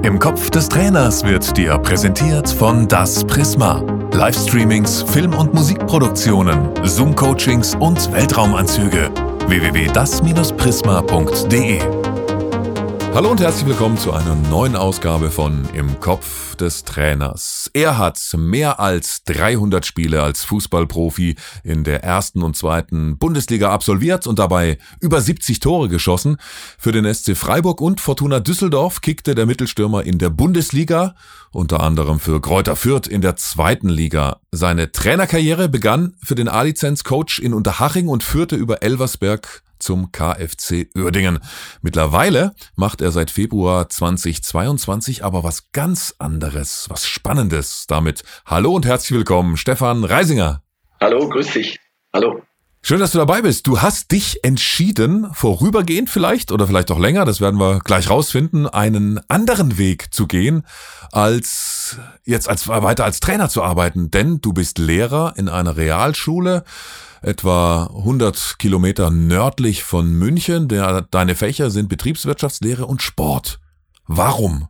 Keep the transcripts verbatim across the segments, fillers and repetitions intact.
Im Kopf des Trainers wird dir präsentiert von das Prisma. Livestreamings, Film- und Musikproduktionen, Zoom-Coachings und Weltraumanzüge. w w w punkt das Prisma punkt de. Hallo und herzlich willkommen zu einer neuen Ausgabe von Im Kopf des Trainers. Er hat mehr als dreihundert Spiele als Fußballprofi in der ersten und zweiten Bundesliga absolviert und dabei über siebzig Tore geschossen. Für den S C Freiburg und Fortuna Düsseldorf kickte der Mittelstürmer in der Bundesliga, unter anderem für Greuther Fürth in der zweiten Liga. Seine Trainerkarriere begann für den A-Lizenz-Coach in Unterhaching und führte über Elversberg zum K F C Uerdingen. Mittlerweile macht er seit Februar zweitausendzweiundzwanzig aber was ganz anderes, was Spannendes. Damit hallo und herzlich willkommen, Stefan Reisinger. Hallo, grüß dich. Hallo. Schön, dass du dabei bist. Du hast dich entschieden, vorübergehend vielleicht oder vielleicht auch länger, das werden wir gleich rausfinden, einen anderen Weg zu gehen, als jetzt als weiter als Trainer zu arbeiten. Denn du bist Lehrer in einer Realschule, etwa hundert Kilometer nördlich von München. Der, deine Fächer sind Betriebswirtschaftslehre und Sport. Warum?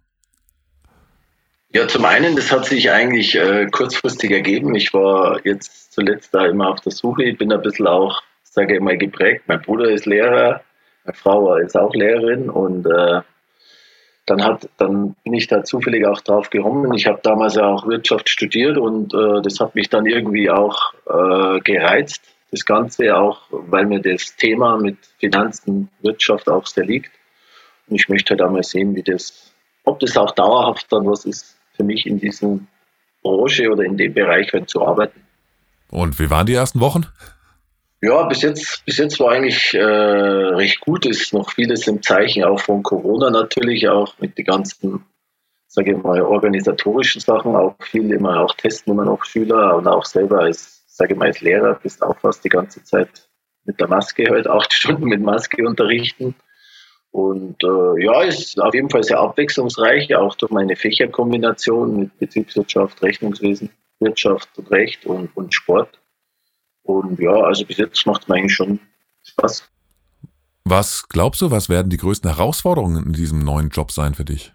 Ja, zum einen, das hat sich eigentlich äh, kurzfristig ergeben. Ich war jetzt zuletzt da immer auf der Suche. Ich bin ein bisschen auch, sage ich mal, geprägt. Mein Bruder ist Lehrer, meine Frau ist auch Lehrerin und äh, dann, hat, dann bin ich da zufällig auch drauf gekommen. Ich habe damals ja auch Wirtschaft studiert und äh, das hat mich dann irgendwie auch äh, gereizt. Das Ganze auch, weil mir das Thema mit Finanzen, Wirtschaft auch sehr liegt. Und ich möchte halt einmal sehen, wie das, ob das auch dauerhaft dann was ist für mich in diesem Branche oder in dem Bereich halt zu arbeiten. Und wie waren die ersten Wochen? Ja, bis jetzt, bis jetzt war eigentlich äh, recht gut. Es ist noch vieles im Zeichen auch von Corona natürlich, auch mit den ganzen, sage ich mal, organisatorischen Sachen, auch viel immer auch testen immer noch Schüler und auch selber als sage ich mal, als Lehrer bist auch fast die ganze Zeit mit der Maske, halt acht Stunden mit Maske unterrichten. Und äh, ja, ist auf jeden Fall sehr abwechslungsreich, auch durch meine Fächerkombination mit Betriebswirtschaft, Rechnungswesen, Wirtschaft und Recht und, und Sport. Und ja, also bis jetzt macht es mir eigentlich schon Spaß. Was glaubst du, was werden die größten Herausforderungen in diesem neuen Job sein für dich?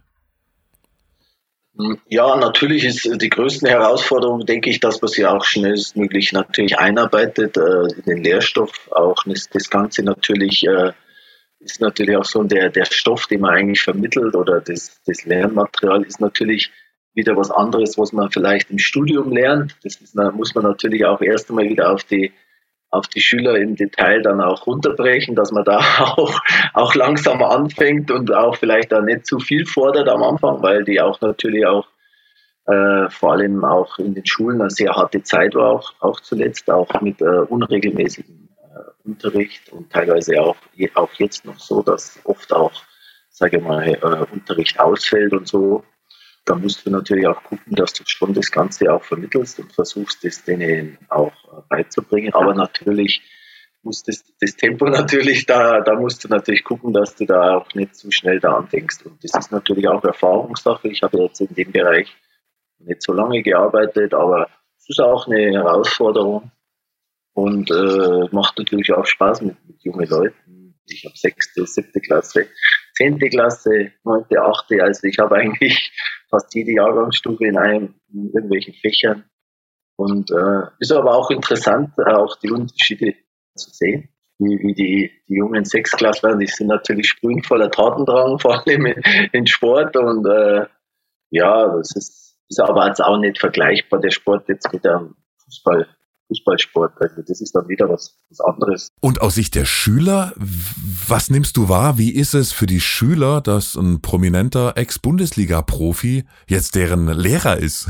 Ja, natürlich ist die größte Herausforderung, denke ich, dass man sich auch schnellstmöglich natürlich einarbeitet äh, in den Lehrstoff. Auch das, das Ganze natürlich äh, ist natürlich auch so der, der Stoff, den man eigentlich vermittelt oder das, das Lernmaterial ist natürlich wieder was anderes, was man vielleicht im Studium lernt. Das ist, muss man natürlich auch erst einmal wieder auf die auf die Schüler im Detail dann auch runterbrechen, dass man da auch, auch langsam anfängt und auch vielleicht da nicht zu viel fordert am Anfang, weil die auch natürlich auch äh, vor allem auch in den Schulen eine sehr harte Zeit war, auch, auch zuletzt, auch mit äh, unregelmäßigem äh, Unterricht und teilweise auch, auch jetzt noch so, dass oft auch, sage ich mal, äh, Unterricht ausfällt und so. Da musst du natürlich auch gucken, dass du schon das Ganze auch vermittelst und versuchst, das denen auch beizubringen. Aber natürlich muss das, das Tempo natürlich, da, da musst du natürlich gucken, dass du da auch nicht zu schnell da anfängst. Und das ist natürlich auch Erfahrungssache. Ich habe jetzt in dem Bereich nicht so lange gearbeitet, aber es ist auch eine Herausforderung und äh, macht natürlich auch Spaß mit, mit jungen Leuten. Ich habe sechste, siebte Klasse, zehnte Klasse, neunte, achte. Also ich habe eigentlich fast jede Jahrgangsstufe in einem, in irgendwelchen Fächern. Und äh, ist aber auch interessant, auch die Unterschiede zu sehen. Wie, wie die, die jungen Sechstklässler, die sind natürlich sprühend voller Tatendrang, vor allem in, in Sport. Und äh, ja, das ist, ist aber jetzt auch nicht vergleichbar, der Sport jetzt mit dem Fußball. Fußballsport, also das ist dann wieder was, was anderes. Und aus Sicht der Schüler, was nimmst du wahr? Wie ist es für die Schüler, dass ein prominenter Ex-Bundesliga-Profi jetzt deren Lehrer ist?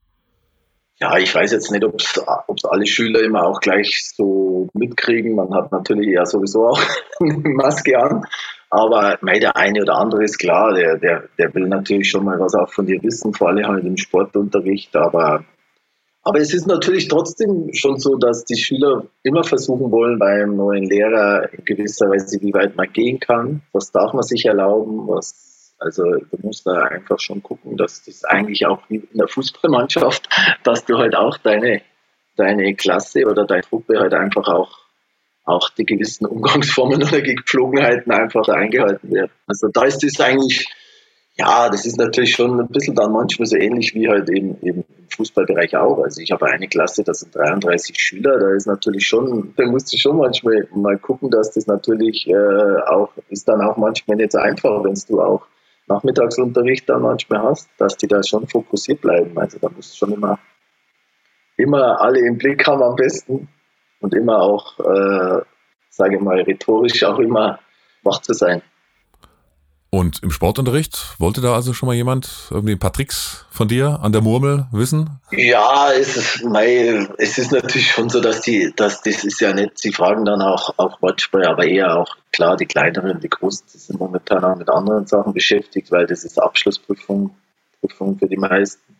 Ja, ich weiß jetzt nicht, ob es alle Schüler immer auch gleich so mitkriegen. Man hat natürlich ja sowieso auch eine Maske an. Aber mei, der eine oder andere ist klar, der, der, der will natürlich schon mal was auch von dir wissen, vor allem halt im Sportunterricht, aber Aber es ist natürlich trotzdem schon so, dass die Schüler immer versuchen wollen, beim neuen Lehrer in gewisser Weise, wie weit man gehen kann. Was darf man sich erlauben? Was, also du musst da einfach schon gucken, dass das eigentlich auch wie in der Fußballmannschaft, dass du halt auch deine, deine Klasse oder deine Truppe halt einfach auch, auch die gewissen Umgangsformen oder Gepflogenheiten einfach eingehalten werden. Also da ist es eigentlich Ja, das ist natürlich schon ein bisschen dann manchmal so ähnlich wie halt eben, eben im Fußballbereich auch. Also ich habe eine Klasse, das sind dreiunddreißig Schüler, da ist natürlich schon, da musst du schon manchmal mal gucken, dass das natürlich äh, auch, ist dann auch manchmal nicht so einfach, wenn du auch Nachmittagsunterricht dann manchmal hast, dass die da schon fokussiert bleiben. Also da musst du schon immer, immer alle im Blick haben am besten und immer auch, äh, sage ich mal, rhetorisch auch immer wach zu sein. Und im Sportunterricht, wollte da also schon mal jemand irgendwie ein paar Tricks von dir an der Murmel wissen? Ja, es ist, mei, es ist natürlich schon so, dass die, dass das ist ja nicht, sie fragen dann auch, auch manchmal, aber eher auch, klar, die kleineren, die großen, die sind momentan auch mit anderen Sachen beschäftigt, weil das ist Abschlussprüfung, Prüfung für die meisten.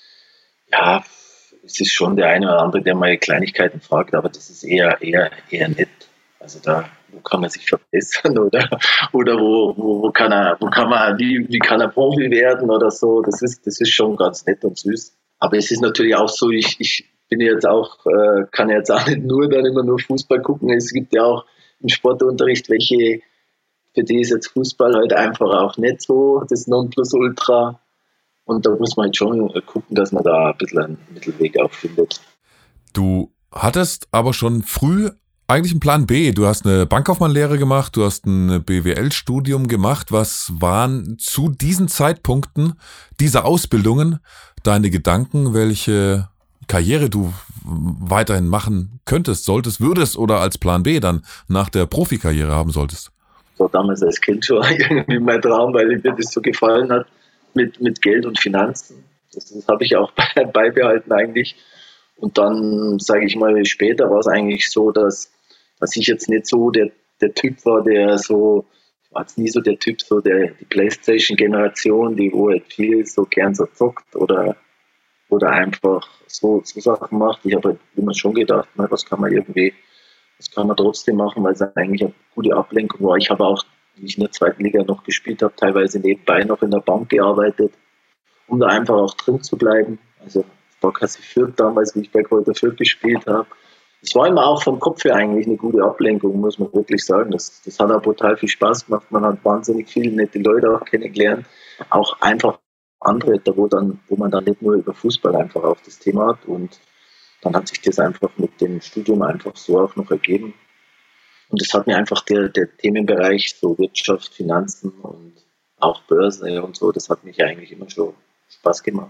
Ja, es ist schon der eine oder andere, der mal Kleinigkeiten fragt, aber das ist eher, eher, eher nett. Also da, wo kann man sich verbessern oder, oder wo, wo, wo kann er, wo kann man, wie, wie kann er Profi werden oder so. Das ist, das ist schon ganz nett und süß. Aber es ist natürlich auch so, ich, ich bin jetzt auch, äh, kann jetzt auch nicht nur dann immer nur Fußball gucken. Es gibt ja auch im Sportunterricht welche, für die ist jetzt Fußball halt einfach auch nicht so das Nonplusultra. Und da muss man halt schon gucken, dass man da ein bisschen einen Mittelweg auch findet. Du hattest aber schon früh eigentlich einen Plan B. Du hast eine Bankkaufmannlehre gemacht, du hast ein B W L-Studium gemacht. Was waren zu diesen Zeitpunkten dieser Ausbildungen deine Gedanken, welche Karriere du weiterhin machen könntest, solltest, würdest oder als Plan B dann nach der Profikarriere haben solltest? Das war damals als Kind schon irgendwie mein Traum, weil mir das so gefallen hat mit, mit Geld und Finanzen. Das, das habe ich auch beibehalten eigentlich. Und dann, sage ich mal, später war es eigentlich so, dass, dass ich jetzt nicht so der, der Typ war, der so, ich war jetzt nie so der Typ, so der die Playstation-Generation, die wo halt viel so gern so zockt oder, oder einfach so, so Sachen macht. Ich habe halt immer schon gedacht, na, was kann man irgendwie, was kann man trotzdem machen, weil es eigentlich eine gute Ablenkung war. Ich habe auch, wie ich in der zweiten Liga noch gespielt habe, teilweise nebenbei noch in der Bank gearbeitet, um da einfach auch drin zu bleiben. Also Sparkasse Fürth damals, wie ich bei Kräuter Fürth gespielt habe. Es war immer auch vom Kopf her eigentlich eine gute Ablenkung, muss man wirklich sagen. Das, das hat auch brutal viel Spaß gemacht. Man hat wahnsinnig viele nette Leute auch kennengelernt. Auch einfach andere, wo, dann, wo man dann nicht nur über Fußball einfach auf das Thema hat. Und dann hat sich das einfach mit dem Studium einfach so auch noch ergeben. Und das hat mir einfach der, der Themenbereich, so Wirtschaft, Finanzen und auch Börse und so, das hat mich eigentlich immer schon Spaß gemacht.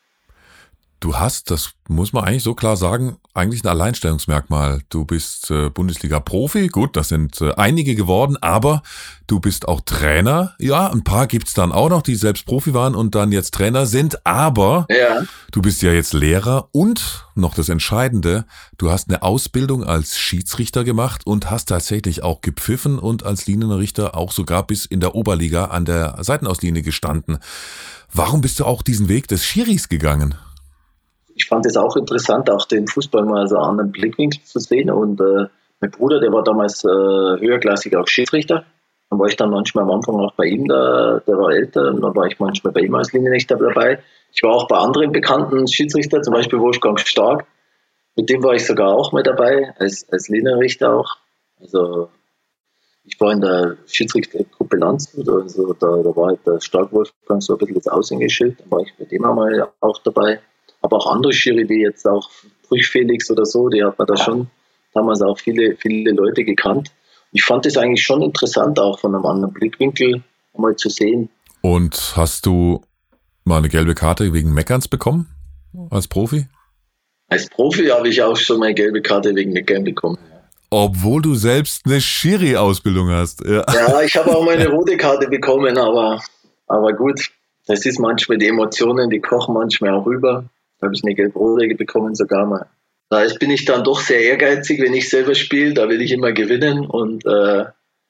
Du hast, das muss man eigentlich so klar sagen, eigentlich ein Alleinstellungsmerkmal. Du bist äh, Bundesliga-Profi, gut, das sind äh, einige geworden, aber du bist auch Trainer. Ja, ein paar gibt's dann auch noch, die selbst Profi waren und dann jetzt Trainer sind, aber ja. Du bist ja jetzt Lehrer und noch das Entscheidende, du hast eine Ausbildung als Schiedsrichter gemacht und hast tatsächlich auch gepfiffen und als Linienrichter auch sogar bis in der Oberliga an der Seitenauslinie gestanden. Warum bist du auch diesen Weg des Schiris gegangen? Ich fand es auch interessant, auch den Fußball mal so an einem Blickwinkel zu sehen. Und äh, mein Bruder, der war damals äh, höherklassig auch Schiedsrichter. Dann war ich dann manchmal am Anfang auch bei ihm, da, der war älter. Und dann war ich manchmal bei ihm als Linienrichter dabei. Ich war auch bei anderen bekannten Schiedsrichtern, zum Beispiel Wolfgang Stark. Mit dem war ich sogar auch mal dabei, als, als Linienrichter auch. Also ich war in der Schiedsrichtergruppe Landshut, also da, da war halt der Stark Wolfgang so ein bisschen das Aushängeschild. Dann war ich bei dem einmal auch dabei. Aber auch andere Schiri, wie jetzt auch Brüch Felix oder so, die hat man da schon damals auch viele, viele Leute gekannt. Ich fand es eigentlich schon interessant, auch von einem anderen Blickwinkel mal zu sehen. Und hast du mal eine gelbe Karte wegen Meckerns bekommen als Profi? Als Profi habe ich auch schon mal eine gelbe Karte wegen Meckern bekommen. Obwohl du selbst eine Schiri-Ausbildung hast. Ja, ja, ich habe auch mal eine rote Karte bekommen, aber, aber gut, das ist manchmal die Emotionen, die kochen manchmal auch rüber. Da habe ich eine gelb-rote bekommen sogar mal. Da bin ich dann doch sehr ehrgeizig, wenn ich selber spiele, da will ich immer gewinnen und äh,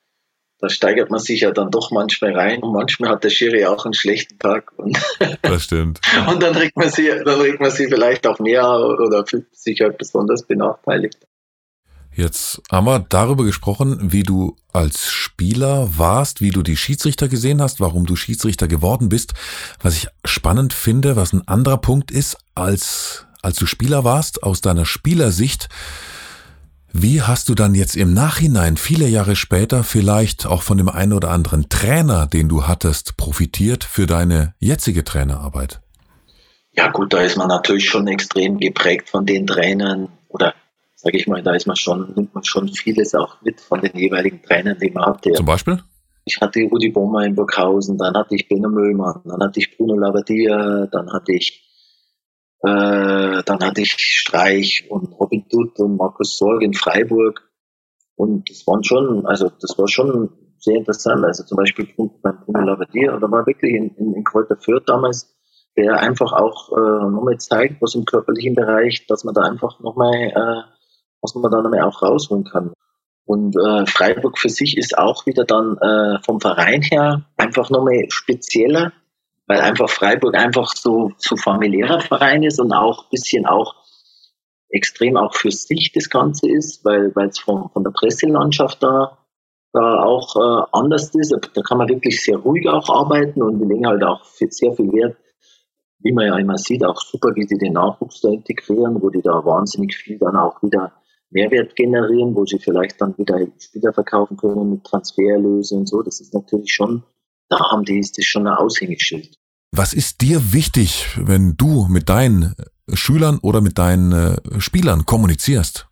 da steigert man sich ja dann doch manchmal rein und manchmal hat der Schiri auch einen schlechten Tag. Und das stimmt. Und dann regt man sie, dann regt man sie vielleicht auch mehr oder fühlt sich halt besonders benachteiligt. Jetzt haben wir darüber gesprochen, wie du als Spieler warst, wie du die Schiedsrichter gesehen hast, warum du Schiedsrichter geworden bist. Was ich spannend finde, was ein anderer Punkt ist, als, als du Spieler warst, aus deiner Spielersicht, Wie hast du dann jetzt im Nachhinein, viele Jahre später, vielleicht auch von dem einen oder anderen Trainer, den du hattest, profitiert für deine jetzige Trainerarbeit? Ja gut, da ist man natürlich schon extrem geprägt von den Trainern oder sage ich mal, da ist man schon, nimmt man schon vieles auch mit von den jeweiligen Trainern, die man hatte. Zum Beispiel? Ich hatte Rudi Bommer in Burghausen, dann hatte ich Benno Müllmann, dann hatte ich Bruno Labbadia, dann hatte ich äh, dann hatte ich Streich und Robin Dutt und Markus Sorg in Freiburg. Und das waren schon, also das war schon sehr interessant. Also zum Beispiel beim Bruno Labbadia, da war wirklich in, in, in Kräuter Fürth damals, der einfach auch äh, nochmal zeigt, was im körperlichen Bereich, dass man da einfach nochmal, äh, was man da nochmal auch rausholen kann. Und äh, Freiburg für sich ist auch wieder dann äh, vom Verein her einfach nochmal spezieller, weil einfach Freiburg einfach so so familiärer Verein ist und auch ein bisschen auch extrem auch für sich das Ganze ist, weil weil es von, von der Presselandschaft da, da auch äh, anders ist. Da kann man wirklich sehr ruhig auch arbeiten und die legen halt auch sehr viel Wert, wie man ja immer sieht, auch super, wie sie den Nachwuchs da integrieren, wo die da wahnsinnig viel dann auch wieder Mehrwert generieren, wo sie vielleicht dann wieder Spieler verkaufen können mit Transfererlöse und so. Das ist natürlich schon, da haben die, ist das schon ein Aushängeschild. Was ist dir wichtig, wenn du mit deinen Schülern oder mit deinen Spielern kommunizierst?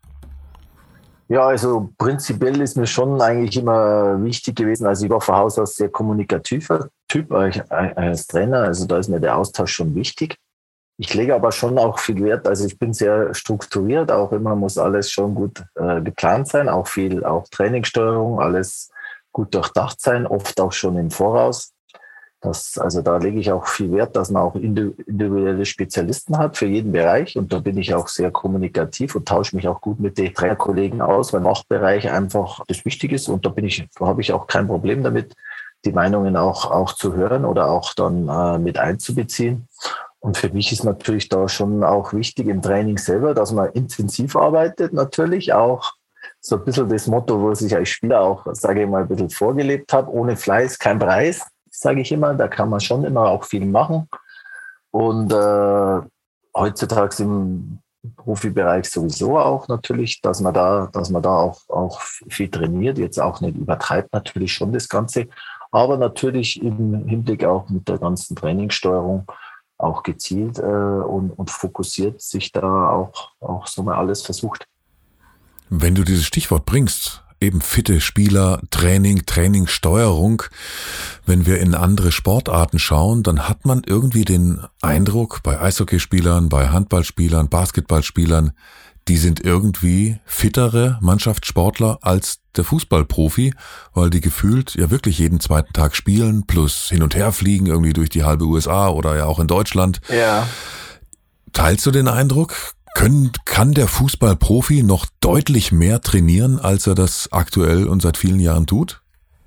Ja, also prinzipiell ist mir schon eigentlich immer wichtig gewesen, also ich war von Haus aus sehr kommunikativer Typ als Trainer, also da ist mir der Austausch schon wichtig. Ich lege aber schon auch viel Wert, also ich bin sehr strukturiert, auch immer muss alles schon gut äh, geplant sein, auch viel, auch Trainingssteuerung, alles gut durchdacht sein, oft auch schon im Voraus. Das, also da lege ich auch viel Wert, dass man auch individuelle Spezialisten hat für jeden Bereich und da bin ich auch sehr kommunikativ und tausche mich auch gut mit den Trainerkollegen aus, weil im Machtbereich einfach das wichtig ist und da bin ich, da habe ich auch kein Problem damit, die Meinungen auch, auch zu hören oder auch dann äh, mit einzubeziehen. Und für mich ist natürlich da schon auch wichtig im Training selber, dass man intensiv arbeitet, natürlich auch so ein bisschen das Motto, wo ich als Spieler auch, sage ich mal, ein bisschen vorgelebt habe, ohne Fleiß kein Preis, sage ich immer, da kann man schon immer auch viel machen. Und äh, heutzutage im Profibereich sowieso auch natürlich, dass man da, dass man da auch, auch viel trainiert, jetzt auch nicht übertreibt natürlich schon das Ganze, aber natürlich im Hinblick auch mit der ganzen Trainingssteuerung auch gezielt äh, und, und fokussiert sich da auch, auch so mal alles versucht. Wenn du dieses Stichwort bringst, eben fitte Spieler, Training, Trainingssteuerung, wenn wir in andere Sportarten schauen, dann hat man irgendwie den Eindruck, bei Eishockeyspielern, bei Handballspielern, Basketballspielern, die sind irgendwie fittere Mannschaftssportler als der Fußballprofi, weil die gefühlt ja wirklich jeden zweiten Tag spielen, plus hin und her fliegen, irgendwie durch die halbe U S A oder ja auch in Deutschland. Ja. Teilst du den Eindruck? Können, kann der Fußballprofi noch deutlich mehr trainieren, als er das aktuell und seit vielen Jahren tut?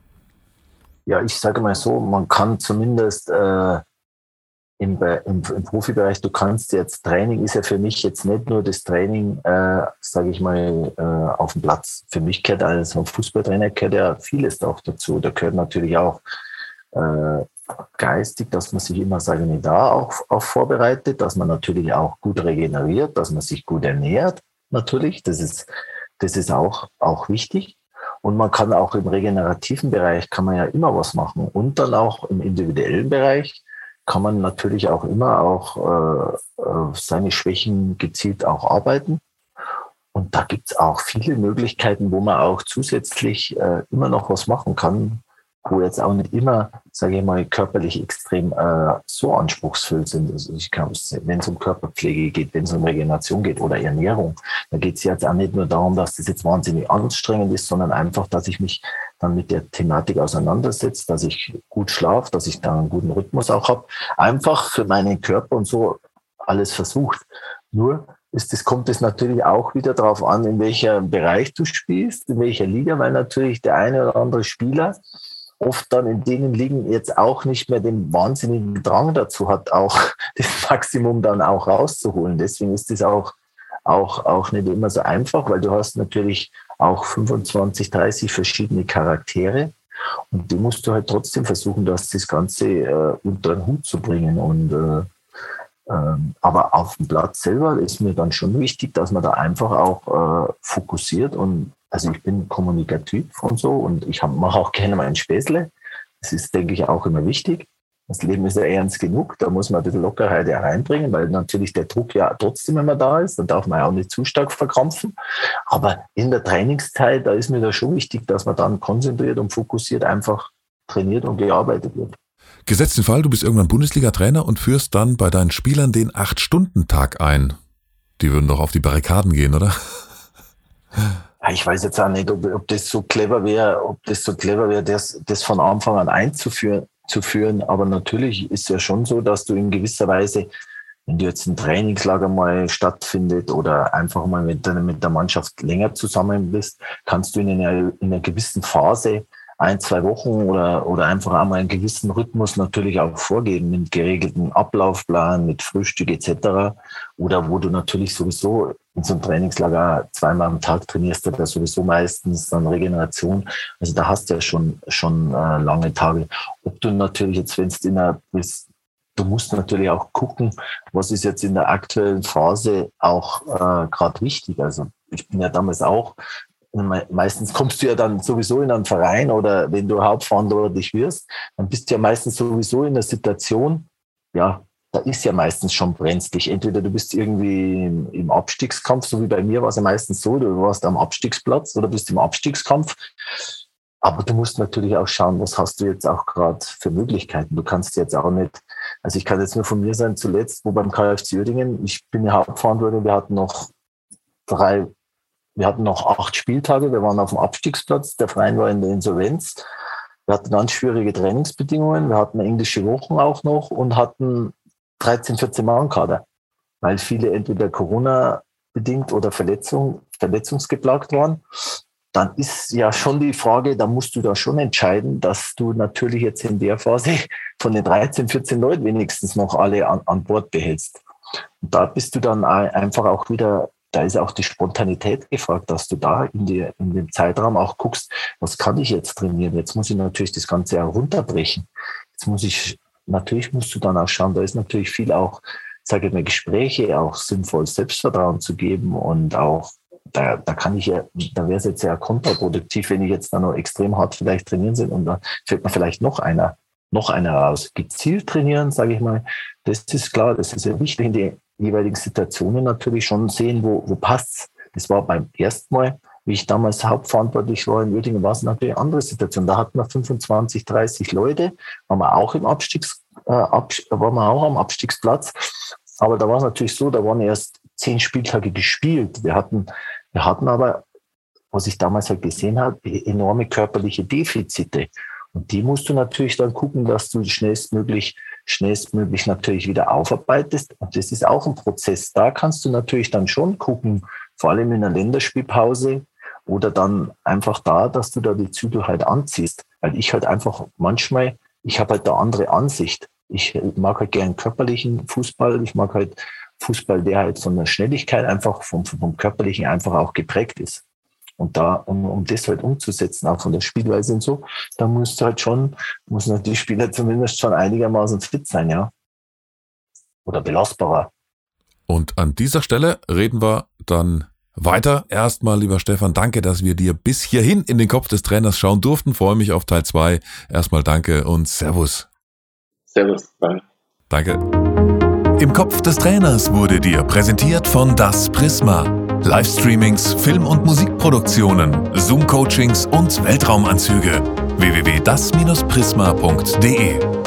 Ja, ich sage mal so, man kann zumindest äh, im, im, im Profibereich, du kannst jetzt, Training ist ja für mich jetzt nicht nur das Training, äh, sage ich mal, äh, auf dem Platz. Für mich gehört als Fußballtrainer gehört ja vieles auch dazu. Da gehört natürlich auch äh, geistig, dass man sich immer, sage ich, da auch, auch vorbereitet, dass man natürlich auch gut regeneriert, dass man sich gut ernährt, natürlich. Das ist, das ist auch, auch wichtig. Und man kann auch im regenerativen Bereich kann man ja immer was machen. Und dann auch im individuellen Bereich kann man natürlich auch immer auch äh, seine Schwächen gezielt auch arbeiten. Und da gibt es auch viele Möglichkeiten, wo man auch zusätzlich äh, immer noch was machen kann, wo jetzt auch nicht immer, sage ich mal, körperlich extrem äh, so anspruchsvoll sind. Also ich kann, wenn es um Körperpflege geht, wenn es um Regeneration geht oder Ernährung, da geht es jetzt auch nicht nur darum, dass das jetzt wahnsinnig anstrengend ist, sondern einfach, dass ich mich dann mit der Thematik auseinandersetze, dass ich gut schlafe, dass ich da einen guten Rhythmus auch habe. Einfach für meinen Körper und so alles versucht. Nur ist das, kommt es natürlich auch wieder darauf an, in welchem Bereich du spielst, in welcher Liga, weil natürlich der eine oder andere Spieler oft dann in denen Ligen jetzt auch nicht mehr den wahnsinnigen Drang dazu hat, auch das Maximum dann auch rauszuholen. Deswegen ist das auch, auch, auch nicht immer so einfach, weil du hast natürlich auch fünfundzwanzig, dreißig verschiedene Charaktere und die musst du halt trotzdem versuchen, dass das Ganze äh, unter den Hut zu bringen. Und äh, Ähm, aber auf dem Platz selber ist mir dann schon wichtig, dass man da einfach auch äh, fokussiert und also ich bin kommunikativ und so und ich mache auch gerne mein Späßle. Das ist, denke ich, auch immer wichtig. Das Leben ist ja ernst genug, da muss man ein bisschen Lockerheit reinbringen, weil natürlich der Druck ja trotzdem immer da ist, da darf man ja auch nicht zu stark verkrampfen. Aber in der Trainingszeit, da ist mir da schon wichtig, dass man dann konzentriert und fokussiert einfach trainiert und gearbeitet wird. Gesetzt den Fall, du bist irgendwann Bundesliga-Trainer und führst dann bei deinen Spielern den acht-Stunden-Tag ein. Die würden doch auf die Barrikaden gehen, oder? Ich weiß jetzt auch nicht, ob, ob das so clever wäre, ob das so clever wäre, das, das von Anfang an einzuführen, zu führen. Aber natürlich ist ja schon so, dass du in gewisser Weise, wenn du jetzt ein Trainingslager mal stattfindet oder einfach mal mit, mit der Mannschaft länger zusammen bist, kannst du in einer, in einer gewissen Phase ein, zwei Wochen oder, oder einfach einmal einen gewissen Rhythmus natürlich auch vorgeben mit geregelten Ablaufplan, mit Frühstück et cetera. Oder wo du natürlich sowieso in so einem Trainingslager zweimal am Tag trainierst, oder sowieso meistens dann Regeneration. Also da hast du ja schon, schon äh, lange Tage. Ob du natürlich jetzt, wenn du in der bist, du musst natürlich auch gucken, was ist jetzt in der aktuellen Phase auch äh, gerade wichtig. Also ich bin ja damals auch meistens kommst du ja dann sowieso in einen Verein oder wenn du hauptverantwortlich wirst, dann bist du ja meistens sowieso in der Situation, ja, da ist ja meistens schon brenzlig. Entweder du bist irgendwie im, im Abstiegskampf, so wie bei mir war es ja meistens so, du warst am Abstiegsplatz oder bist im Abstiegskampf. Aber du musst natürlich auch schauen, was hast du jetzt auch gerade für Möglichkeiten. Du kannst jetzt auch nicht, also ich kann jetzt nur von mir sein, zuletzt, wo beim K F C Uerdingen, ich bin ja Hauptverantwortlich, wir hatten noch drei Wir hatten noch acht Spieltage, wir waren auf dem Abstiegsplatz, der Verein war in der Insolvenz. Wir hatten ganz schwierige Trainingsbedingungen, wir hatten englische Wochen auch noch und hatten dreizehn, vierzehn Mann Kader, weil viele entweder Corona-bedingt oder Verletzung, verletzungsgeplagt waren. Dann ist ja schon die Frage, da musst du da schon entscheiden, dass du natürlich jetzt in der Phase von den dreizehn, vierzehn Leuten wenigstens noch alle an, an Bord behältst. Und da bist du dann einfach auch wieder, da ist auch die Spontanität gefragt, dass du da in, die, in dem Zeitraum auch guckst, was kann ich jetzt trainieren? Jetzt muss ich natürlich das Ganze auch runterbrechen. Jetzt muss ich, natürlich musst du dann auch schauen, da ist natürlich viel auch, sage ich mal, Gespräche, auch sinnvoll Selbstvertrauen zu geben und auch, da, da kann ich ja, da wäre es jetzt ja kontraproduktiv, wenn ich jetzt da noch extrem hart vielleicht trainieren soll und da fällt mir vielleicht noch einer, noch einer raus. Gezielt trainieren, sage ich mal, das ist klar, das ist ja wichtig in die jeweiligen Situationen natürlich schon sehen, wo, wo passt's. Das war beim ersten Mal, wie ich damals hauptverantwortlich war in Uerdingen, war es natürlich eine andere Situation. Da hatten wir fünfundzwanzig, dreißig Leute, waren wir auch im Abstiegs, äh, ab, waren wir auch am Abstiegsplatz. Aber da war es natürlich so, da waren erst zehn Spieltage gespielt. Wir hatten, wir hatten aber, was ich damals halt gesehen habe, enorme körperliche Defizite. Und die musst du natürlich dann gucken, dass du schnellstmöglich, schnellstmöglich natürlich wieder aufarbeitest. Und das ist auch ein Prozess. Da kannst du natürlich dann schon gucken, vor allem in einer Länderspielpause oder dann einfach da, dass du da die Zügel halt anziehst. Weil ich halt einfach manchmal, ich habe halt da andere Ansicht. Ich mag halt gern körperlichen Fußball. Ich mag halt Fußball, der halt von der Schnelligkeit einfach, vom, vom Körperlichen einfach auch geprägt ist. Und da, um, um das halt umzusetzen, auch von der Spielweise und so, da musst du halt schon, müssen die Spieler zumindest schon einigermaßen fit sein, ja. Oder belastbarer. Und an dieser Stelle reden wir dann weiter. Erstmal, lieber Stefan, danke, dass wir dir bis hierhin in den Kopf des Trainers schauen durften. Freue mich auf Teil zwei. Erstmal danke und Servus. Servus, danke. Danke. Im Kopf des Trainers wurde dir präsentiert von Das Prisma. Livestreamings, Film- und Musikproduktionen, Zoom-Coachings und Weltraumanzüge. w w w punkt das Bindestrich prisma punkt de